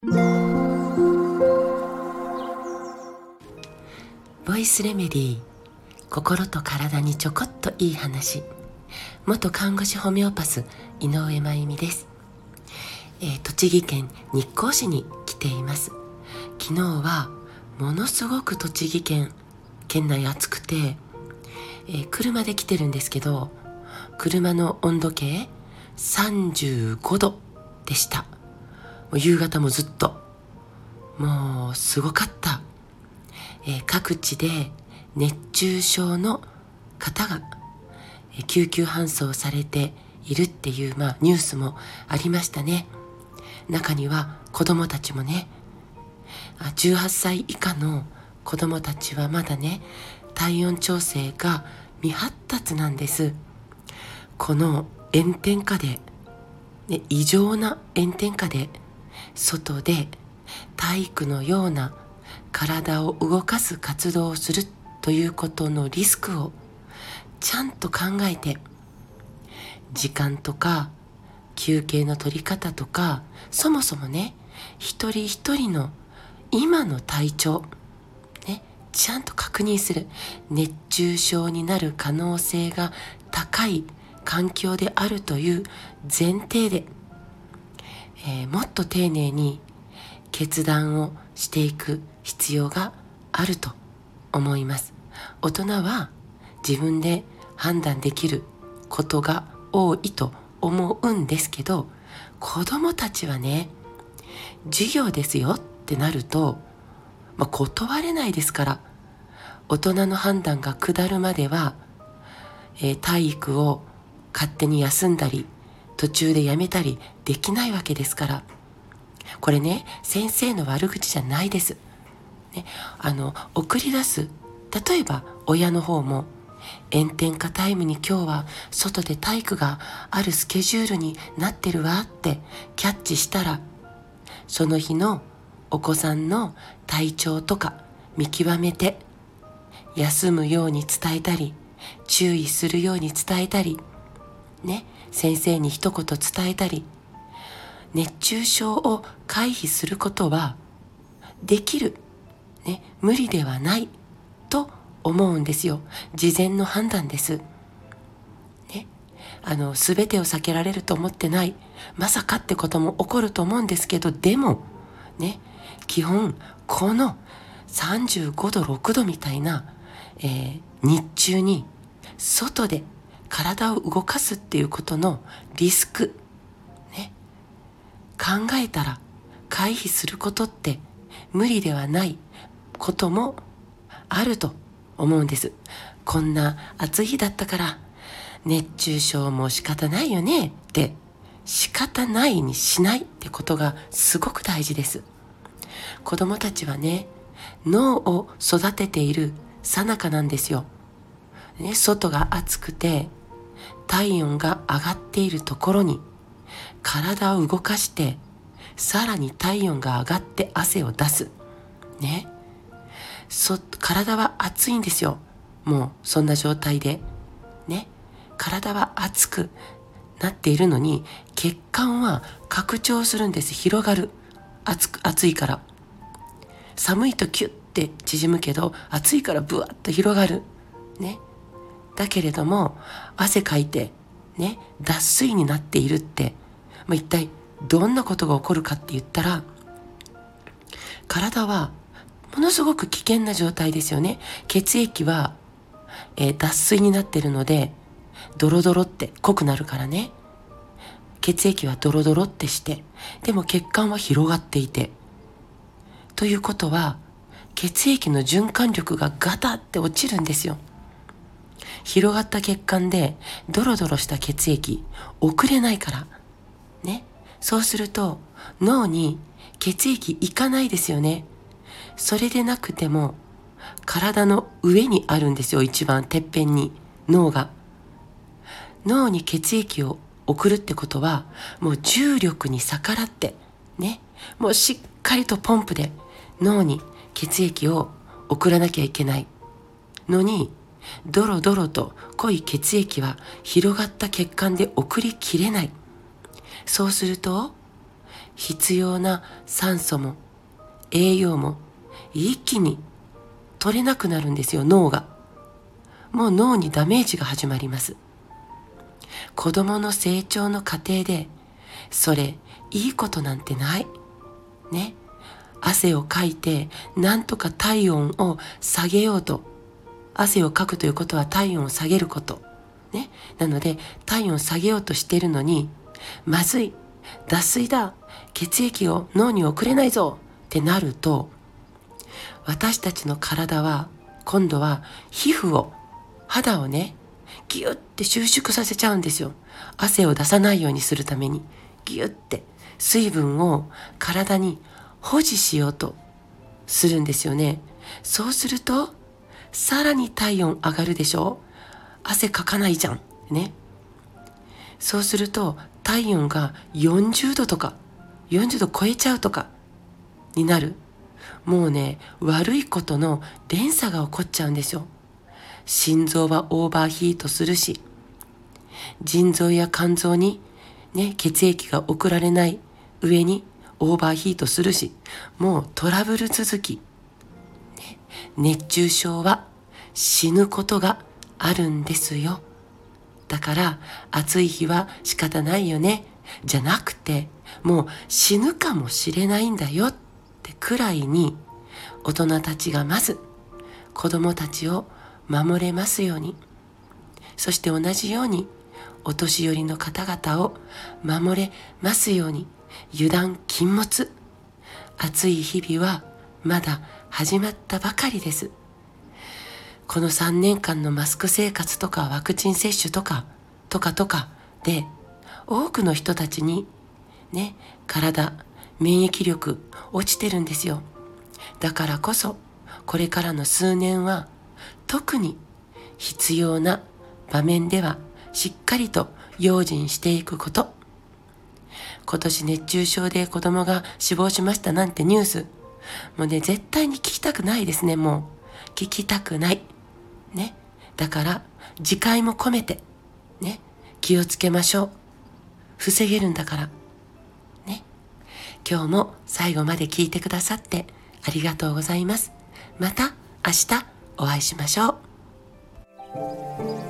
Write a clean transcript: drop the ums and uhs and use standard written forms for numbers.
ボイスレメディー、心と体にちょこっといい話。元看護師ホメオパス井上真由美です。栃木県日光市に来ています。昨日はものすごく栃木県内暑くて、車で来てるんですけど、車の温度計35度でした。もう夕方もずっともうすごかった。各地で熱中症の方が救急搬送されているっていう、ニュースもありましたね。中には子供たちもね、18歳以下の子供たちはまだね、体温調整が未発達なんです。この炎天下で、異常な炎天下で外で体育のような体を動かす活動をするということのリスクをちゃんと考えて、時間とか休憩の取り方とか、そもそもね、一人一人の今の体調、ちゃんと確認する。熱中症になる可能性が高い環境であるという前提で、もっと丁寧に決断をしていく必要があると思います。大人は自分で判断できることが多いと思うんですけど、子供たちはね、授業ですよってなると、断れないですから、大人の判断が下るまでは、体育を勝手に休んだり途中でやめたりできないわけですから、これね、先生の悪口じゃないです、送り出す、例えば親の方も炎天下タイムに今日は外で体育があるスケジュールになってるわってキャッチしたら、その日のお子さんの体調とか見極めて休むように伝えたり、注意するように伝えたり先生に一言伝えたり、熱中症を回避することはできる、無理ではないと思うんですよ。事前の判断です。全てを避けられると思ってない。まさかってことも起こると思うんですけど、でも基本この35度6度みたいな、日中に外で体を動かすっていうことのリスク、考えたら回避することって無理ではないこともあると思うんです。こんな暑い日だったから熱中症も仕方ないよねって、仕方ないにしないってことがすごく大事です。子供たちはね、脳を育てている最中なんですよ。外が暑くて体温が上がっているところに体を動かして、さらに体温が上がって汗を出す。体は熱いんですよ。もうそんな状態で。体は熱くなっているのに、血管は拡張するんです。広がる。暑いから。寒いとキュッて縮むけど、暑いからブワッと広がる。だけれども、汗かいて、脱水になっているって、一体どんなことが起こるかって言ったら、体はものすごく危険な状態ですよね。血液は、脱水になっているので、ドロドロって濃くなるからね。血液はドロドロってして、でも血管は広がっていて。ということは、血液の循環力がガタって落ちるんですよ。広がった血管でドロドロした血液送れないからそうすると脳に血液いかないですよね。それでなくても体の上にあるんですよ。一番てっぺんに脳が。脳に血液を送るってことは、もう重力に逆らってもうしっかりとポンプで脳に血液を送らなきゃいけないのに、ドロドロと濃い血液は広がった血管で送りきれない。そうすると必要な酸素も栄養も一気に取れなくなるんですよ、脳が。もう脳にダメージが始まります。子供の成長の過程で、それいいことなんてない。ね。汗をかいて、なんとか体温を下げようと。汗をかくということは体温を下げること。ね。なので、体温を下げようとしているのに、まずい、脱水だ、血液を脳に送れないぞってなると、私たちの体は、今度は肌をね、ギュッて収縮させちゃうんですよ。汗を出さないようにするために、ギュッて水分を体に保持しようとするんですよね。そうすると、さらに体温上がるでしょ。汗かかないじゃん。ね。そうすると、体温が40度とか、40度超えちゃうとかになる。もうね、悪いことの連鎖が起こっちゃうんですよ。心臓はオーバーヒートするし、腎臓や肝臓にね、血液が送られない上にオーバーヒートするし、もうトラブル続き。ね、熱中症は死ぬことがあるんですよ。だから暑い日は仕方ないよね。じゃなくて、もう死ぬかもしれないんだよってくらいに、大人たちがまず子供たちを守れますように、そして同じようにお年寄りの方々を守れますように、油断禁物。暑い日々はまだ始まったばかりです。この3年間のマスク生活とかワクチン接種とかで、多くの人たちにね、免疫力落ちてるんですよ。だからこそ、これからの数年は特に必要な場面ではしっかりと用心していくこと。今年熱中症で子供が死亡しましたなんてニュース、もうね、絶対に聞きたくないですね。もう聞きたくないね。だから自戒も込めてね、気をつけましょう。防げるんだからね。今日も最後まで聞いてくださってありがとうございます。また明日お会いしましょう。